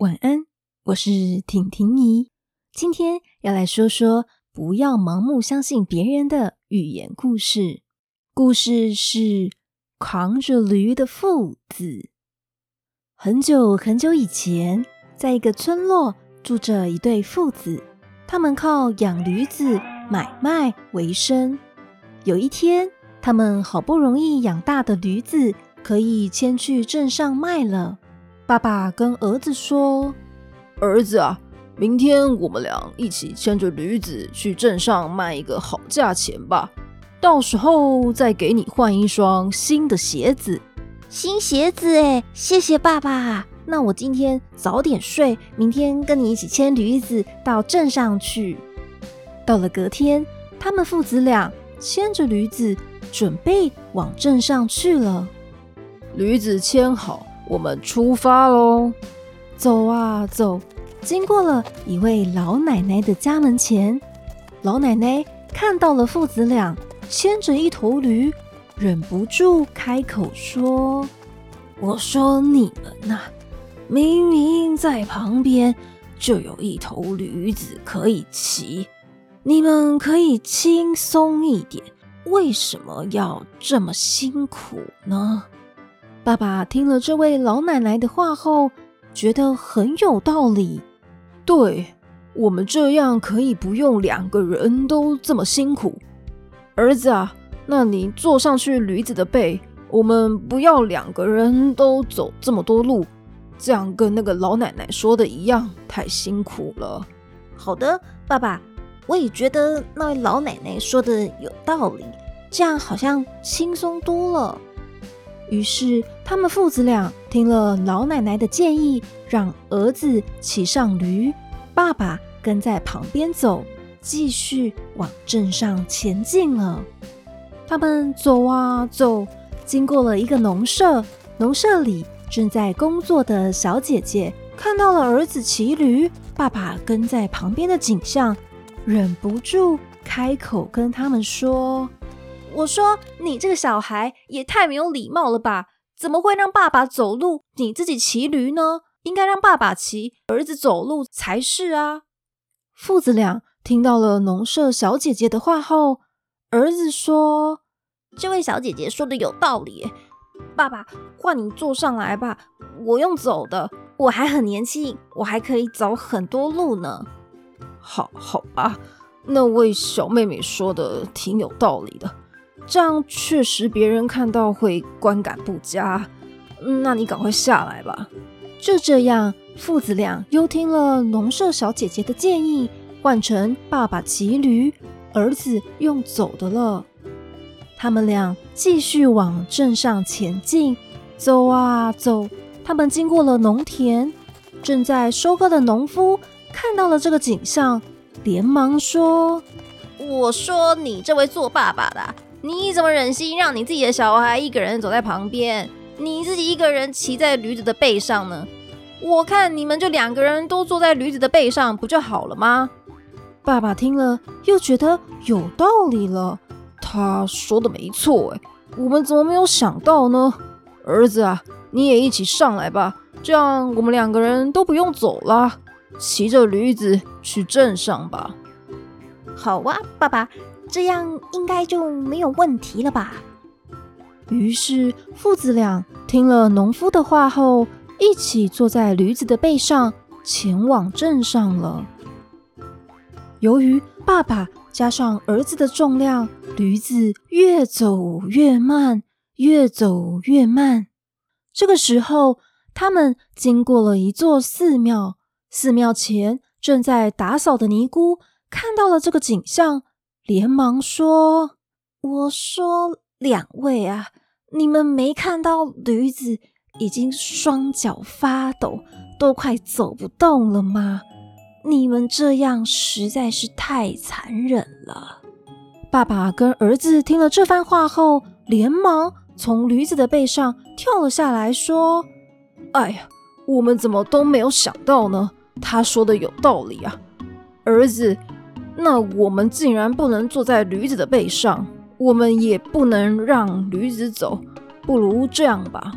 晚安，我是婷婷姨。今天要来说说不要盲目相信别人的寓言故事。故事是扛着驴的父子。很久很久以前，在一个村落住着一对父子，他们靠养驴子买卖为生。有一天，他们好不容易养大的驴子可以牵去镇上卖了。爸爸跟儿子说： 儿子啊，明天我们俩一起牵着驴子去镇上卖一个好价钱吧，到时候再给你换一双新的鞋子。 新鞋子耶，谢谢爸爸。那我今天早点睡，明天跟你一起牵驴子到镇上去。 到了隔天，他们父子俩牵着驴子准备往镇上去了。 驴子牵好，我们出发咯。 走啊走，经过了一位老奶奶的家门前。老奶奶看到了父子俩牵着一头驴，忍不住开口说：我说你们啊，明明在旁边就有一头驴子可以骑，你们可以轻松一点，为什么要这么辛苦呢？爸爸听了这位老奶奶的话后，觉得很有道理。 对，我们这样可以不用2个人都这么辛苦。儿子啊，那你坐上去驴子的背，我们不要2个人都走这么多路，这样跟那个老奶奶说的一样，太辛苦了。 好的，爸爸，我也觉得那位老奶奶说的有道理，这样好像轻松多了。 于是他们父子俩听了老奶奶的建议，让儿子骑上驴，爸爸跟在旁边走，继续往镇上前进了。他们走啊走，经过了一个农舍，农舍里正在工作的小姐姐看到了儿子骑驴，爸爸跟在旁边的景象，忍不住开口跟他们说：我说你这个小孩也太没有礼貌了吧，怎么会让爸爸走路，你自己骑驴呢？应该让爸爸骑，儿子走路才是啊。父子俩听到了农舍小姐姐的话后，儿子说： 这位小姐姐说的有道理耶，爸爸，换你坐上来吧，我用走的，我还很年轻，我还可以走很多路呢。 好吧，那位小妹妹说的挺有道理的，这样确实别人看到会观感不佳，那你赶快下来吧。 就这样，父子俩又听了农舍小姐姐的建议，换成爸爸骑驴，儿子用走的了。他们俩继续往镇上前进，走啊走，他们经过了农田，正在收割的农夫看到了这个景象，连忙说： 我说你这位做爸爸的，你怎么忍心让你自己的小孩一个人走在旁边，你自己一个人骑在驴子的背上呢？我看你们就2个人都坐在驴子的背上不就好了吗？ 爸爸听了又觉得有道理了， 他说的没错，我们怎么没有想到呢？儿子啊，你也一起上来吧，这样我们2个人都不用走了，骑着驴子去镇上吧。 好啊，爸爸，这样应该就没有问题了吧？ 于是父子俩听了农夫的话后，一起坐在驴子的背上前往镇上了。由于爸爸加上儿子的重量，驴子越走越慢，越走越慢。这个时候，他们经过了一座寺庙，寺庙前正在打扫的尼姑看到了这个景象，连忙说：我说2位啊，你们没看到驴子已经双脚发抖，都快走不动了吗？你们这样实在是太残忍了。爸爸跟儿子听了这番话后，连忙从驴子的背上跳了下来，说： 哎呀，我们怎么都没有想到呢？他说的有道理啊。儿子，那我们竟然不能坐在驴子的背上，我们也不能让驴子走，不如这样吧，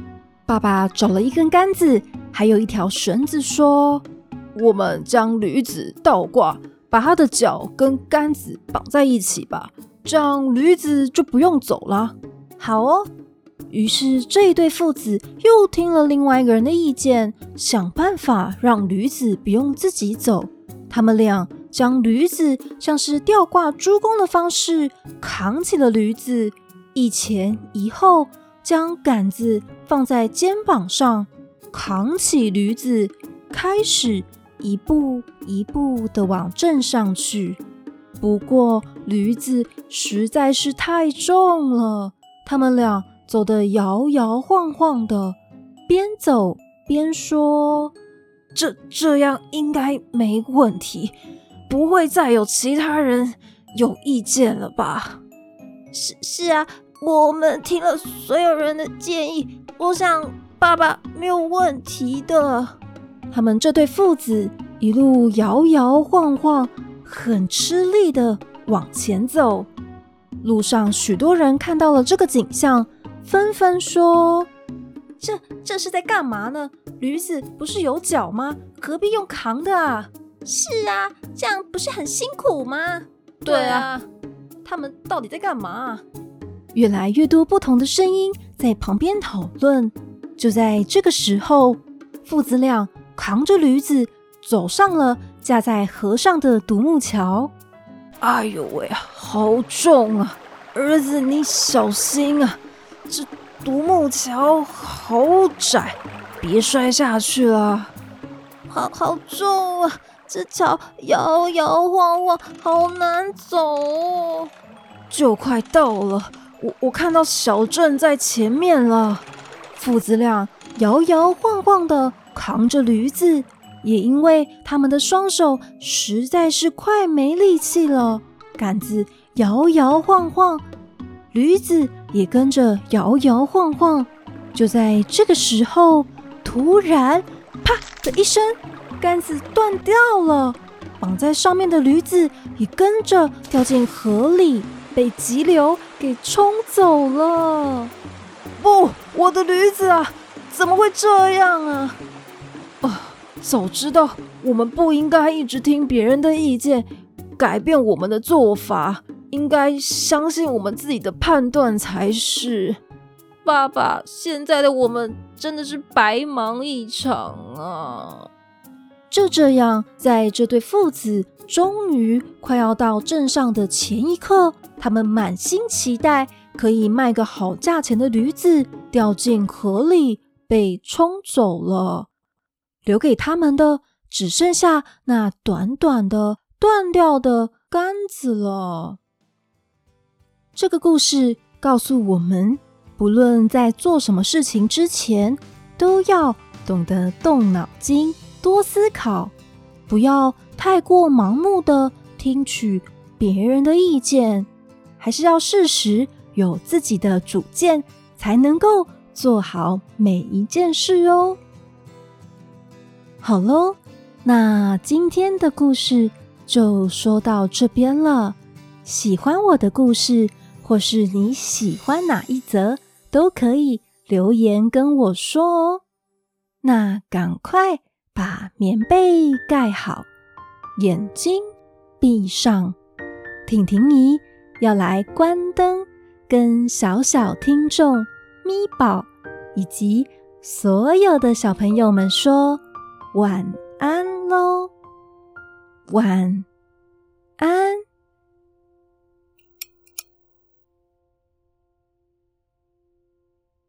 爸爸找了一根杆子，还有一条绳子，说：“ 我们将驴子倒挂，把它的脚跟杆子绑在一起吧，这样驴子就不用走了。” 好哦。于是这一对父子又听了另外一个人的意见，想办法让驴子不用自己走。他们俩将驴子像是吊挂猪公的方式扛起了驴子，一前一后，将杆子放在肩膀上，扛起驴子，开始一步一步地往镇上去。不过驴子实在是太重了，他们俩走得摇摇晃晃的，边走边说：“ 这样应该没问题，不会再有其他人有意见了吧？” 是啊，我们听了所有人的建议，我想爸爸没有问题的。 他们这对父子一路摇摇晃晃，很吃力的往前走。路上许多人看到了这个景象，纷纷说：“这是在干嘛呢？驴子不是有脚吗？何必用扛的啊？”“ 是啊，这样不是很辛苦吗？”“ 对啊，他们到底在干嘛？” 越来越多不同的声音在旁边讨论。就在这个时候，父子俩扛着驴子走上了架在河上的独木桥。 “哎呦喂，好重啊！儿子你小心啊，这独木桥好窄，别摔下去了。”“ 好重啊，这桥摇摇晃晃，好难走哦。”“ 就快到了，我看到小镇在前面了。” 父子俩摇摇晃晃的扛着驴子，也因为他们的双手实在是快没力气了，杆子摇摇晃晃，驴子也跟着摇摇晃晃。就在这个时候，突然啪的一声，杆子断掉了，绑在上面的驴子也跟着掉进河里，被急流给冲走了。 “不，我的驴子啊，怎么会这样啊？早知道我们不应该一直听别人的意见，改变我们的做法，应该相信我们自己的判断才是。爸爸，现在的我们真的是白忙一场啊！” 就这样，在这对父子终于快要到镇上的前一刻，他们满心期待可以卖个好价钱的驴子掉进河里被冲走了，留给他们的只剩下那短短的断掉的杆子了。这个故事告诉我们，不论在做什么事情之前，都要懂得动脑筋，多思考，不要太过盲目的听取别人的意见，还是要适时有自己的主见，才能够做好每一件事哦。好咯，那今天的故事就说到这边了。喜欢我的故事，或是你喜欢哪一则，都可以留言跟我说哦。那赶快把棉被盖好，眼睛闭上。婷婷姨要来关灯，跟小小听众咪宝以及所有的小朋友们说晚安咯，晚安。